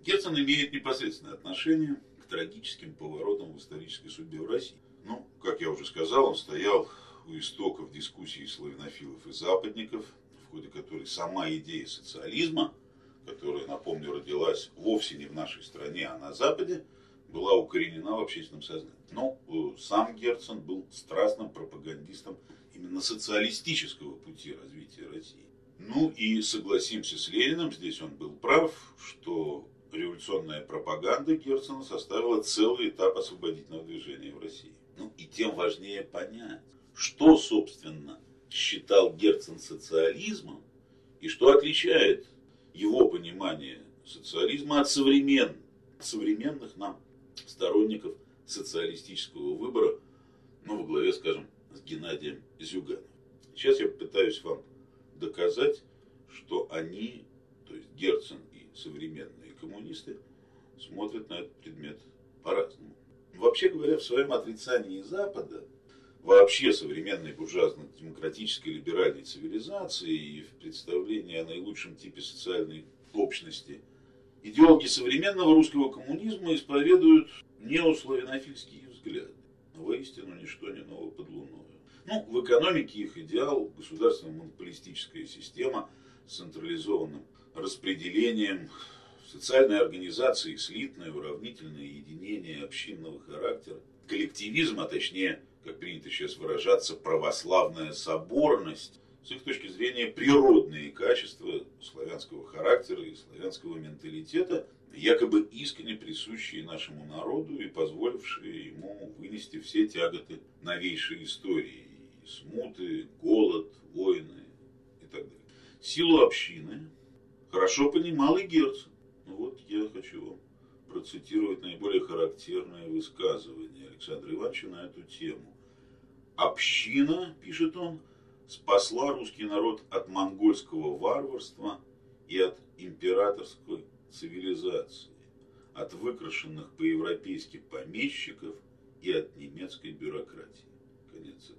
Герцен имеет непосредственное отношение к трагическим поворотам в исторической судьбе в России. Ну, как я уже сказал, он стоял у истоков дискуссий славянофилов и западников, в ходе которой сама идея социализма, которая, напомню, родилась вовсе не в нашей стране, а на Западе, была укоренена в общественном сознании. Но сам Герцен был страстным пропагандистом именно социалистического пути развития России. Ну и согласимся с Лениным, здесь он был прав, что революционная пропаганда Герцена составила целый этап освободительного движения в России. Ну и тем важнее понять, что, собственно, считал Герцен социализмом и что отличает его понимание социализма от современных нам сторонников социалистического выбора, ну, во главе, скажем, с Геннадием Зюгановым. Сейчас я попытаюсь вам доказать, что они, то есть Герцен и современные коммунисты, смотрят на этот предмет по-разному. Вообще говоря, в своем отрицании Запада, вообще современной буржуазно-демократической либеральной цивилизации и в представлении о наилучшем типе социальной общности, идеологи современного русского коммунизма исповедуют неославянофильские взгляды. Воистину, ничто не ново под луною. Ну, в экономике их идеал – государственная монополистическая система с централизованным распределением, социальной организацией, слитное, уравнительное единение общинного характера, коллективизм, а точнее, как принято сейчас выражаться, православная соборность, с их точки зрения природные качества славянского характера и славянского менталитета, якобы искренне присущие нашему народу и позволившие ему вынести все тяготы новейшей истории, и смуты, голод, войны и так далее. Силу общины хорошо понимал и Герцен. Ну вот я хочу вам процитировать наиболее характерное высказывание Александра Ивановича на эту тему. «Община, — пишет он, — спасла русский народ от монгольского варварства и от императорской цивилизации, от выкрашенных по-европейски помещиков и от немецкой бюрократии». Конец цитаты.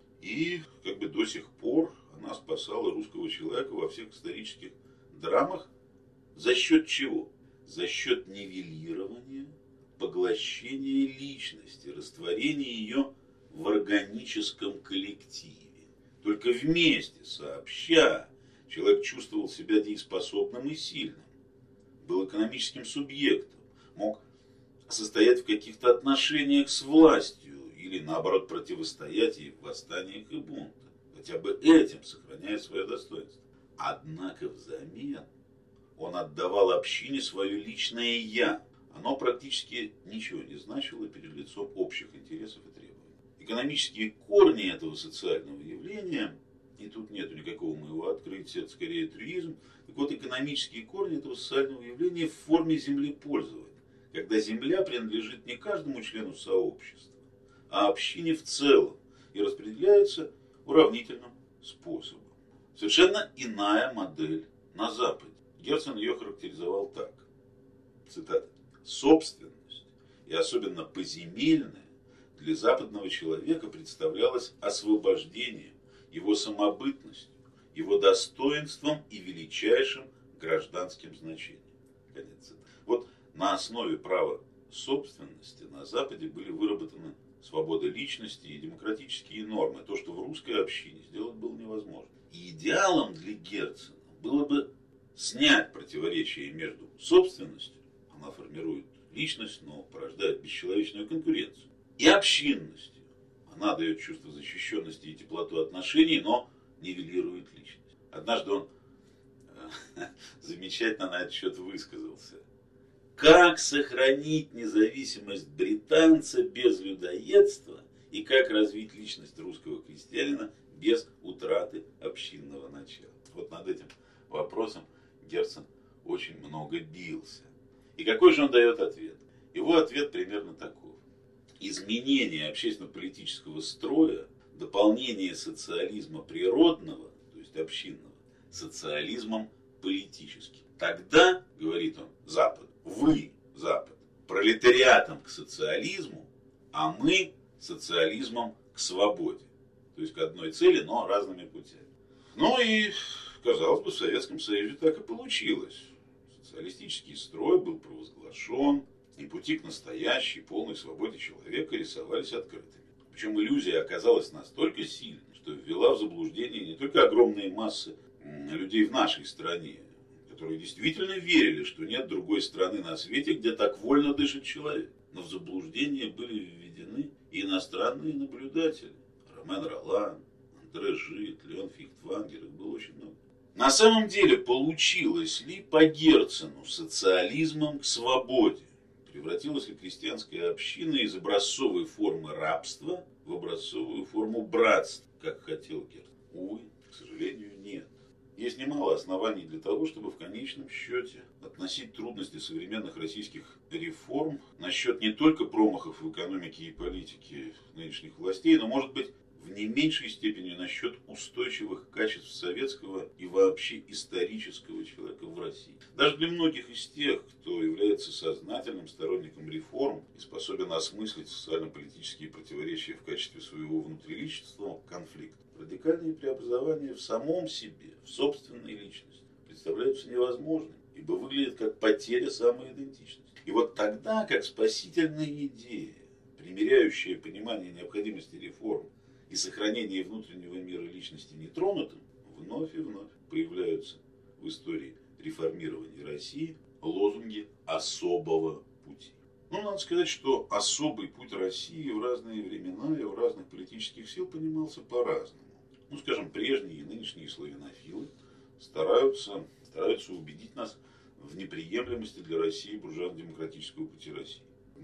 И как бы до сих пор она спасала русского человека во всех исторических драмах. За счет чего? За счет нивелирования, поглощения личности, растворения ее в органическом коллективе. Только вместе, сообща, человек чувствовал себя дееспособным и сильным, был экономическим субъектом, мог состоять в каких-то отношениях с властью или, наоборот, противостоять ей в восстаниях и бунтах, хотя бы этим сохраняя свое достоинство. Однако взамен он отдавал общине свое личное «я». Оно практически ничего не значило перед лицом общих интересов и требований. Экономические корни этого социального явления, и тут нет никакого моего открытия, это скорее трюизм, так вот, экономические корни этого социального явления в форме землепользования, когда земля принадлежит не каждому члену сообщества, а общине в целом и распределяется уравнительным способом. Совершенно иная модель на Западе. Герцен ее характеризовал так. Цитата. «Собственность, и особенно поземельная, для западного человека представлялась освобождением, его самобытностью, его достоинством и величайшим гражданским значением». Конец цитаты. Вот на основе права собственности на Западе были выработаны свобода личности и демократические нормы. То, что в русской общине сделать было невозможно. И идеалом для Герцена было бы снять противоречие между собственностью, она формирует личность, но порождает бесчеловечную конкуренцию, и общинностью, она дает чувство защищенности и теплоту отношений, но нивелирует личность. Однажды он замечательно на этот счет высказался. Как сохранить независимость британца без людоедства и как развить личность русского крестьянина без утраты общинного начала? Вот над этим вопросом Герцен очень много бился. И какой же он дает ответ? Его ответ примерно таков. Изменение общественно-политического строя, дополнение социализма природного, то есть общинного, социализмом политическим. Тогда, говорит он, Запад, вы, Запад, пролетариатом к социализму, а мы социализмом к свободе. То есть к одной цели, но разными путями. Ну и, казалось бы, в Советском Союзе так и получилось. Социалистический строй был провозглашен опустошен, и пути к настоящей, полной свободе человека рисовались открытыми. Причем иллюзия оказалась настолько сильной, что ввела в заблуждение не только огромные массы людей в нашей стране, которые действительно верили, что нет другой страны на свете, где так вольно дышит человек. Но в заблуждение были введены и иностранные наблюдатели. Ромен Ролан, Андре Жид, Леон Фихтвангер, их было очень много. На самом деле, получилось ли по Герцену социализмом к свободе? Превратилась ли крестьянская община из образцовой формы рабства в образцовую форму братства, как хотел Герцен? Увы, к сожалению, нет. Есть немало оснований для того, чтобы в конечном счете относить трудности современных российских реформ насчет не только промахов в экономике и политике нынешних властей, но, может быть, в не меньшей степени насчет устойчивых качеств советского и вообще исторического человека в России. Даже для многих из тех, кто является сознательным сторонником реформ и способен осмыслить социально-политические противоречия в качестве своего внутриличностного конфликта, радикальные преобразования в самом себе, в собственной личности, представляются невозможными, ибо выглядят как потеря самоидентичности. И вот тогда, как спасительная идея, примиряющая понимание необходимости реформ и сохранение внутреннего мира личности нетронутым, вновь и вновь появляются в истории реформирования России лозунги особого пути. Ну, надо сказать, что особый путь России в разные времена и у разных политических сил понимался по-разному. Ну, скажем, прежние и нынешние славянофилы стараются убедить нас в неприемлемости для России буржуазно-демократического пути России.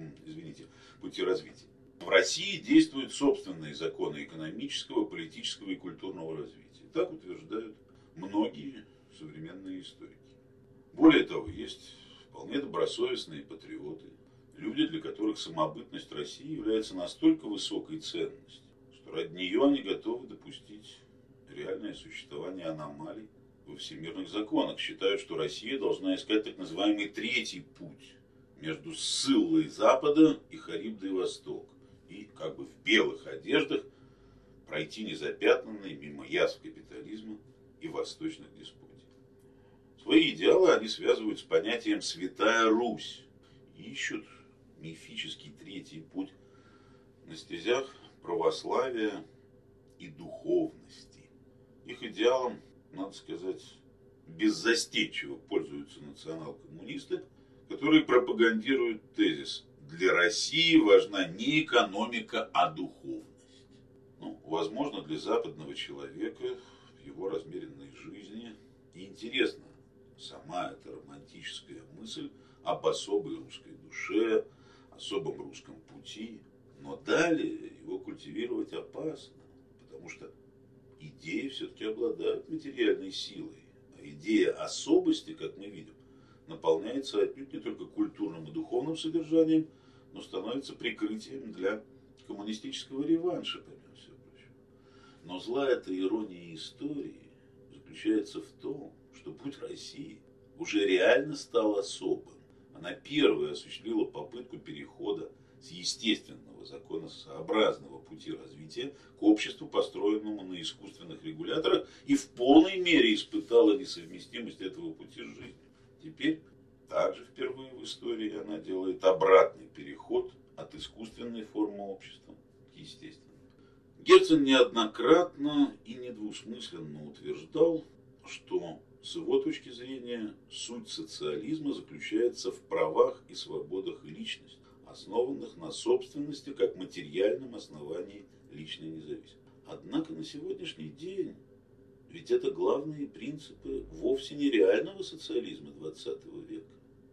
Пути развития. В России действуют собственные законы экономического, политического и культурного развития. Так утверждают многие современные историки. Более того, есть вполне добросовестные патриоты, люди, для которых самобытность России является настолько высокой ценностью, что ради нее они готовы допустить реальное существование аномалий во всемирных законах. Считают, что Россия должна искать так называемый третий путь между Сциллой Запада и Харибдой Востока. И как бы в белых одеждах пройти незапятнанные мимо язв капитализма и восточных деспотий. Свои идеалы они связывают с понятием «Святая Русь» и ищут мифический третий путь на стезях православия и духовности. Их идеалом, надо сказать, беззастенчиво пользуются национал-коммунисты, которые пропагандируют тезис: для России важна не экономика, а духовность. Ну, возможно, для западного человека в его размеренной жизни и интересна сама эта романтическая мысль об особой русской душе, особом русском пути. Но далее его культивировать опасно, потому что идеи все-таки обладают материальной силой. А идея особости, как мы видим, наполняется отнюдь не только культурным и духовным содержанием, но становится прикрытием для коммунистического реванша, помимо всего прочего. Но злая эта ирония истории заключается в том, что путь России уже реально стал особым. Она первая осуществила попытку перехода с естественного, законосообразного пути развития к обществу, построенному на искусственных регуляторах, и в полной мере испытала несовместимость этого пути с жизнью. Теперь также впервые в истории она делает обратный переход от искусственной формы общества к естественной. Герцен неоднократно и недвусмысленно утверждал, что с его точки зрения суть социализма заключается в правах и свободах личности, основанных на собственности как материальном основании личной независимости. Однако на сегодняшний день ведь это главные принципы вовсе не реального социализма XX века,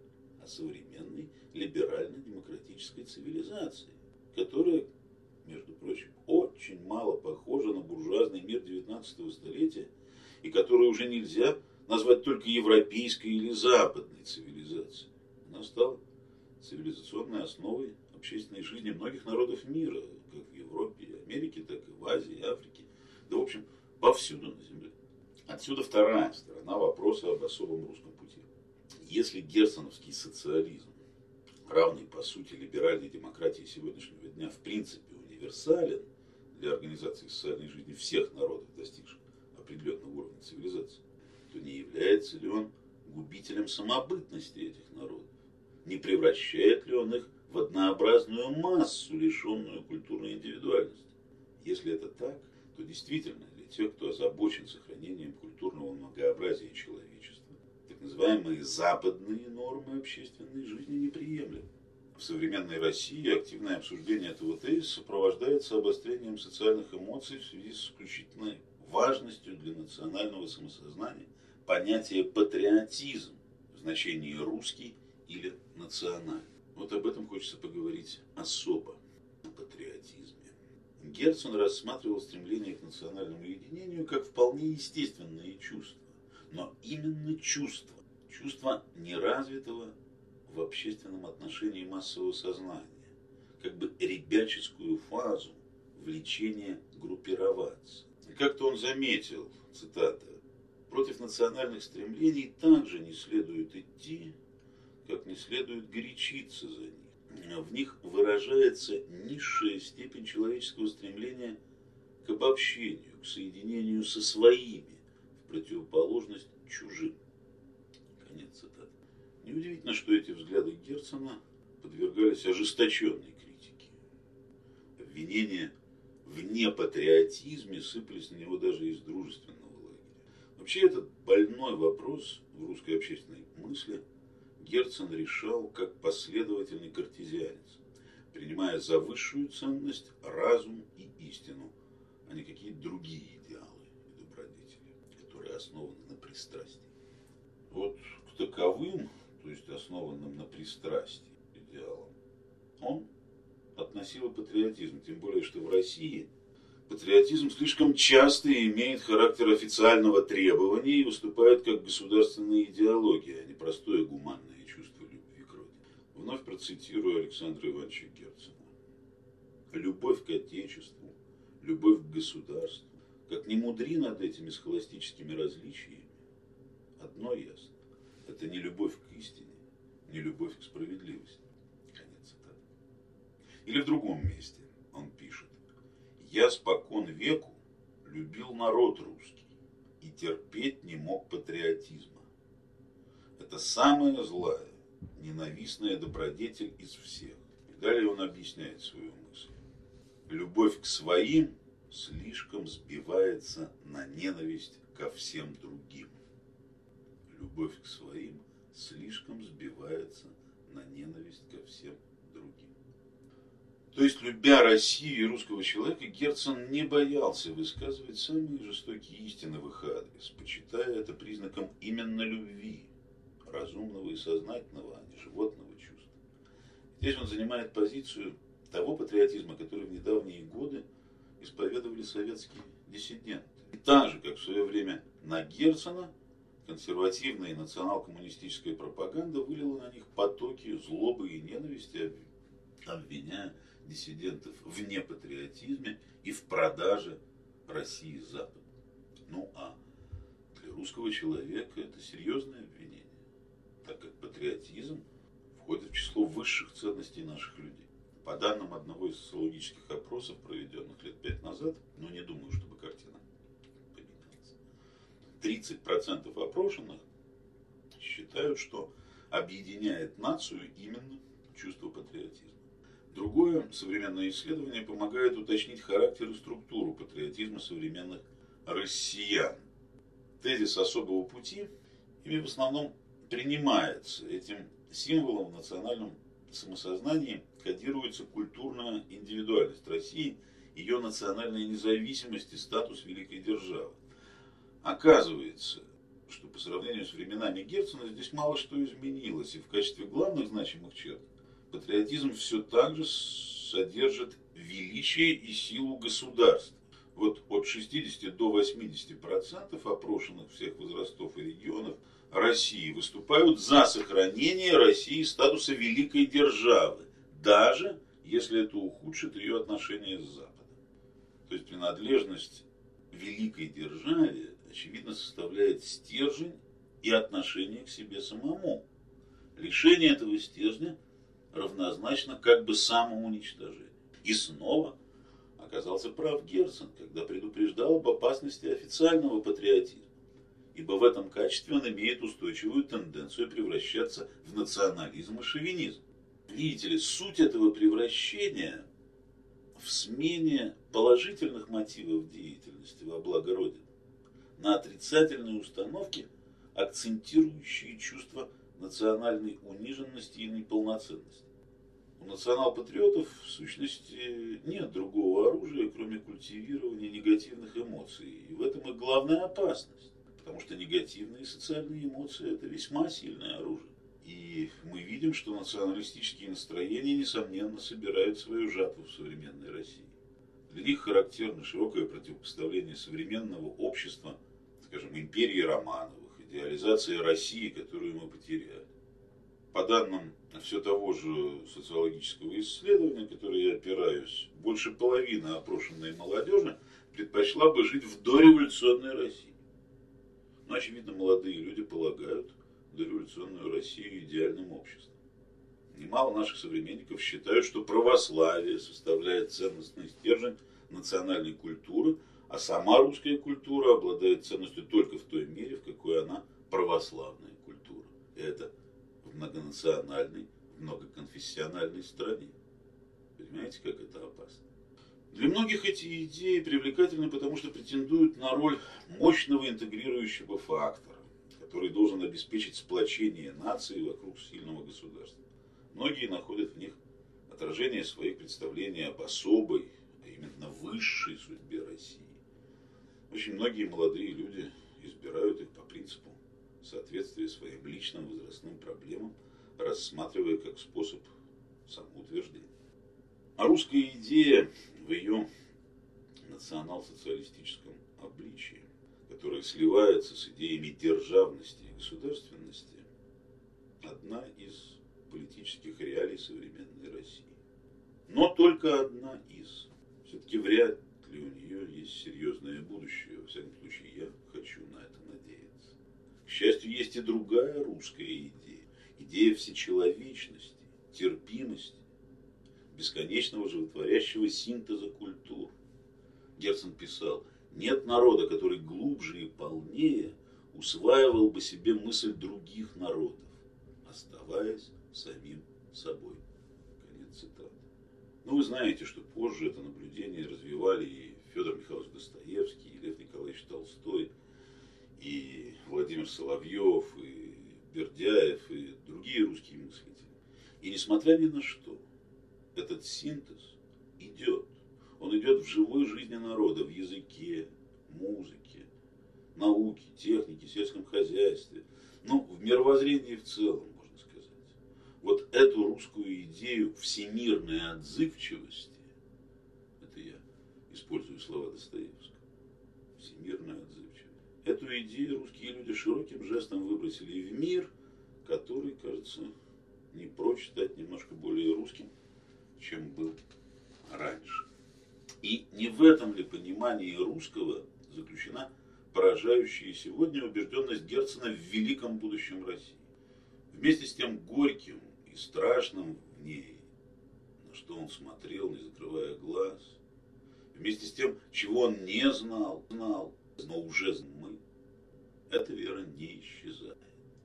а современной либерально-демократической цивилизации, которая, между прочим, очень мало похожа на буржуазный мир XIX столетия и которую уже нельзя назвать только европейской или западной цивилизацией. Она стала цивилизационной основой общественной жизни многих народов мира, как в Европе и Америке, так и в Азии, и Африке, да, в общем, повсюду на земле. Отсюда вторая сторона вопроса об особом русском пути. Если герценовский социализм, равный по сути либеральной демократии сегодняшнего дня, в принципе универсален для организации социальной жизни всех народов, достигших определенного уровня цивилизации, то не является ли он губителем самобытности этих народов? Не превращает ли он их в однообразную массу, лишенную культурной индивидуальности? Если это так, то действительно для тех, кто озабочен сохранением культурного многообразия человечества, так называемые западные нормы общественной жизни неприемлемы. В современной России активное обсуждение этого тезиса сопровождается обострением социальных эмоций в связи с исключительной важностью для национального самосознания понятия патриотизм в значении русский или национальный. Вот об этом хочется поговорить особо, о патриотизме. Герцен рассматривал стремление к национальному единению как вполне естественное чувство, но именно чувство неразвитого в общественном отношении массового сознания, как бы ребяческую фазу влечения группироваться. И как-то он заметил, цитата, «против национальных стремлений также не следует идти, как не следует горячиться за них. В них выражается низшая степень человеческого стремления к обобщению, к соединению со своими, в противоположность чужим». Конец цитаты. Неудивительно, что эти взгляды Герцена подвергались ожесточенной критике. Обвинения в непатриотизме сыпались на него даже из дружественного лагеря. Вообще этот больной вопрос в русской общественной мысли Герцен решал как последовательный картезианец, принимая за высшую ценность разум и истину, а не какие-то другие идеалы и добродетели, которые основаны на пристрастии. Вот к таковым, то есть основанным на пристрастии идеалам, он относил и патриотизм, тем более, что в России патриотизм слишком часто имеет характер официального требования и выступает как государственная идеология, а не простое гуманное чувство любви к родине. Вновь процитирую Александра Ивановича Герцена. «Любовь к Отечеству, любовь к государству, как ни мудри над этими схоластическими различиями, одно ясно. Это не любовь к истине, не любовь к справедливости». Конец цитаты. Или в другом месте он пишет. «Я спокон веку любил народ русский и терпеть не мог патриотизма. Это самая злая, ненавистная добродетель из всех». И далее он объясняет свою мысль. «Любовь к своим слишком сбивается на ненависть ко всем другим». Любовь к своим слишком сбивается на ненависть ко всем другим. То есть, любя Россию и русского человека, Герцен не боялся высказывать самые жестокие истины в их адрес, почитая это признаком именно любви, разумного и сознательного, а не животного чувства. Здесь он занимает позицию того патриотизма, который в недавние годы исповедовали советские диссиденты. И так же, как в свое время на Герцена, консервативная и национал-коммунистическая пропаганда вылила на них потоки злобы и ненависти, обвиняя диссидентов в непатриотизме и в продаже России Западу. Ну а для русского человека это серьезное обвинение, так как патриотизм входит в число высших ценностей наших людей. По данным одного из социологических опросов, проведенных лет 5 назад, но не думаю, чтобы картина поменялась, 30% опрошенных считают, что объединяет нацию именно чувство патриотизма. Другое современное исследование помогает уточнить характер и структуру патриотизма современных россиян. Тезис особого пути ими в основном принимается. Этим символом в национальном самосознании кодируется культурная индивидуальность России, ее национальная независимость и статус великой державы. Оказывается, что по сравнению с временами Герцена здесь мало что изменилось, и в качестве главных значимых черт патриотизм все так же содержит величие и силу государства. Вот от 60 до 80% опрошенных всех возрастов и регионов России выступают за сохранение России статуса великой державы, даже если это ухудшит ее отношения с Западом. То есть принадлежность великой державе, очевидно, составляет стержень и отношение к себе самому. Лишение этого стержня равнозначно как бы самоуничтожению. И снова оказался прав Герцен, когда предупреждал об опасности официального патриотизма. ибо в этом качестве он имеет устойчивую тенденцию превращаться в национализм и шовинизм. Видите ли, суть этого превращения в смене положительных мотивов деятельности во благо Родины на отрицательные установки, акцентирующие чувство национальной униженности и неполноценности. У национал-патриотов в сущности нет другого оружия, кроме культивирования негативных эмоций. И в этом и главная опасность. Потому что негативные социальные эмоции – это весьма сильное оружие. И мы видим, что националистические настроения, несомненно, собирают свою жатву в современной России. Для них характерно широкое противопоставление современного общества, скажем, империи Романовых, идеализации России, которую мы потеряли. По данным все того же социологического исследования, которое я опираюсь, больше половины опрошенной молодежи предпочла бы жить в дореволюционной России. Но, очевидно, молодые люди полагают дореволюционную Россию идеальным обществом. Немало наших современников считают, что православие составляет ценностный стержень национальной культуры, а сама русская культура обладает ценностью только в той мере, в какой она православная культура. И это в многонациональной, многоконфессиональной стране. Понимаете, как это опасно? Для многих эти идеи привлекательны, потому что претендуют на роль мощного интегрирующего фактора, который должен обеспечить сплочение нации вокруг сильного государства. Многие находят в них отражение своих представлений об особой, а именно высшей судьбе России. Очень многие молодые люди избирают их по принципу соответствия своим личным возрастным проблемам, рассматривая как способ самоутверждения. А русская идея в ее национал-социалистическом обличии, которая сливается с идеями державности и государственности, одна из политических реалий современной России. Но только одна из. Все-таки вряд ли у нее есть серьезное будущее. Во всяком случае, я хочу на это надеяться. К счастью, есть и другая русская идея. Идея всечеловечности, терпимости, бесконечного животворящего синтеза культур. Герцен писал: нет народа, который глубже и полнее усваивал бы себе мысль других народов, оставаясь самим собой. Конец цитаты. Но вы знаете, что позже это наблюдение развивали и Федор Михайлович Достоевский, и Лев Николаевич Толстой, и Владимир Соловьев, и Бердяев, и другие русские мыслители. И несмотря ни на что, этот синтез идет. Он идет в живой жизни народа, в языке, музыке, науке, технике, сельском хозяйстве, в мировоззрении в целом, можно сказать. Вот эту русскую идею всемирной отзывчивости, это я использую слова Достоевского, всемирная отзывчивость, эту идею русские люди широким жестом выбросили в мир, который, кажется, не прочь стать немножко более русским, чем был раньше. И не в этом ли понимании русского заключена поражающая сегодня убежденность Герцена в великом будущем России? Вместе с тем горьким и страшным в ней, на что он смотрел, не закрывая глаз, вместе с тем, чего он не знал, но уже мы, эта вера не исчезает.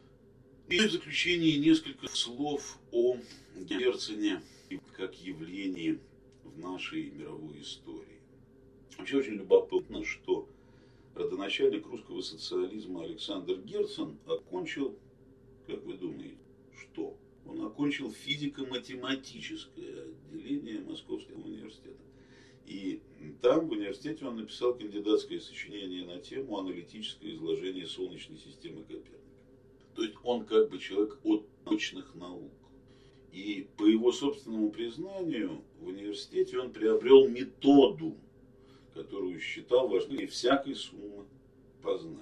И в заключение несколько слов о Герцене как явлении в нашей мировой истории. Вообще очень любопытно, что родоначальник русского социализма Александр Герцен окончил, как вы думаете, что? Он окончил физико-математическое отделение Московского университета. И там, в университете, он написал кандидатское сочинение на тему «Аналитическое изложение Солнечной системы Коперника». То есть он как бы человек от точных наук. И по его собственному признанию в университете он приобрел методу, которую считал важнее всякой суммы познаний.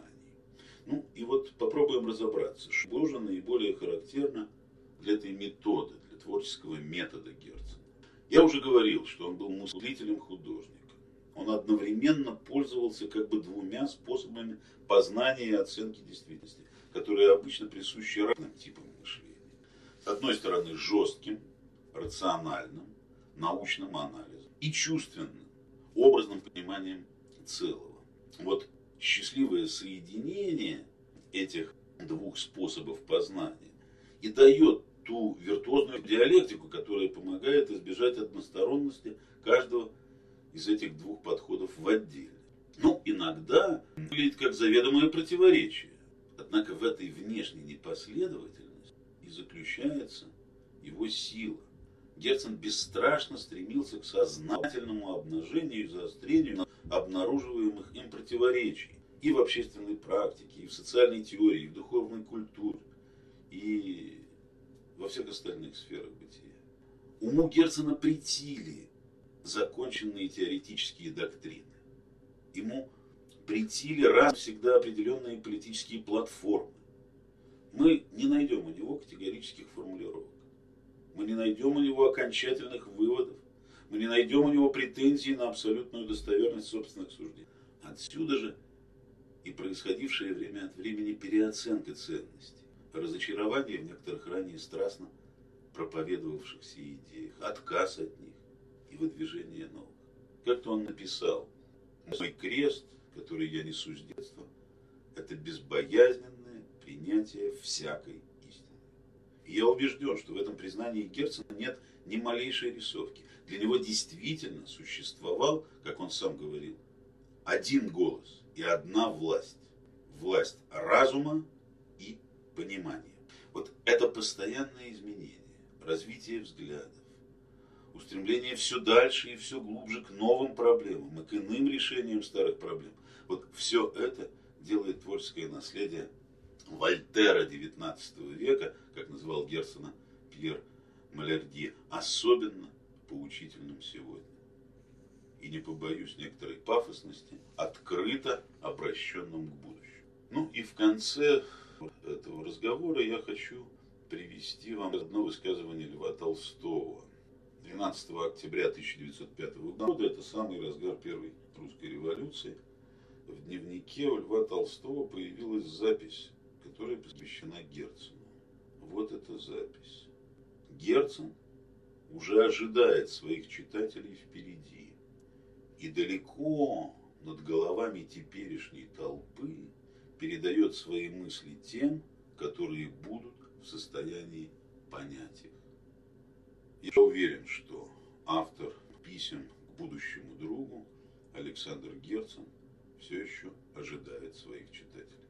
И вот попробуем разобраться, что же наиболее характерно для этой методы, для творческого метода Герцена. Я уже говорил, что он был мыслителем художником. Он одновременно пользовался как бы двумя способами познания и оценки действительности, которые обычно присущи разным типам мышления. С одной стороны, жестким, рациональным, научным анализом и чувственным, образным пониманием целого. Вот счастливое соединение этих двух способов познания и дает ту виртуозную диалектику, которая помогает избежать односторонности каждого из этих двух подходов в отделе. Ну, иногда выглядит как заведомое противоречие. Однако в этой внешней непоследовательности и заключается его сила. Герцен бесстрашно стремился к сознательному обнажению и заострению обнаруживаемых им противоречий и в общественной практике, и в социальной теории, и в духовной культуре, и во всех остальных сферах бытия. Уму Герцена претили законченные теоретические доктрины. Ему претили раз и всегда определенные политические платформы. Мы не найдем у него категорических формулировок. Мы не найдем у него окончательных выводов. Мы не найдем у него претензий на абсолютную достоверность собственных суждений. Отсюда же и происходившая время от времени переоценка ценностей, разочарование в некоторых ранее страстно проповедовавшихся идеях, отказ от них и выдвижение новых. Как-то он написал: «Мой крест, который я несу с детства, это безбоязненное принятие всякой истины». И я убежден, что в этом признании Герцена нет ни малейшей рисовки. Для него действительно существовал, как он сам говорил, один голос и одна власть. Власть разума и понимания. Вот это постоянное изменение, развитие взглядов, устремление все дальше и все глубже к новым проблемам и к иным решениям старых проблем. Вот все это делает творческое наследие Вольтера XIX века, как называл Герцена Пьер Малярди, особенно поучительным сегодня. И не побоюсь некоторой пафосности, открыто обращенным к будущему. Ну и в конце этого разговора я хочу привести вам одно высказывание Льва Толстого. 12 октября 1905 года, это самый разгар Первой русской революции, в дневнике у Льва Толстого появилась запись, которая посвящена Герцену. Вот эта запись. Герцен уже ожидает своих читателей впереди. И далеко над головами теперешней толпы передает свои мысли тем, которые будут в состоянии понять их. Я уверен, что автор писем к будущему другу Александр Герцен все еще ожидает своих читателей.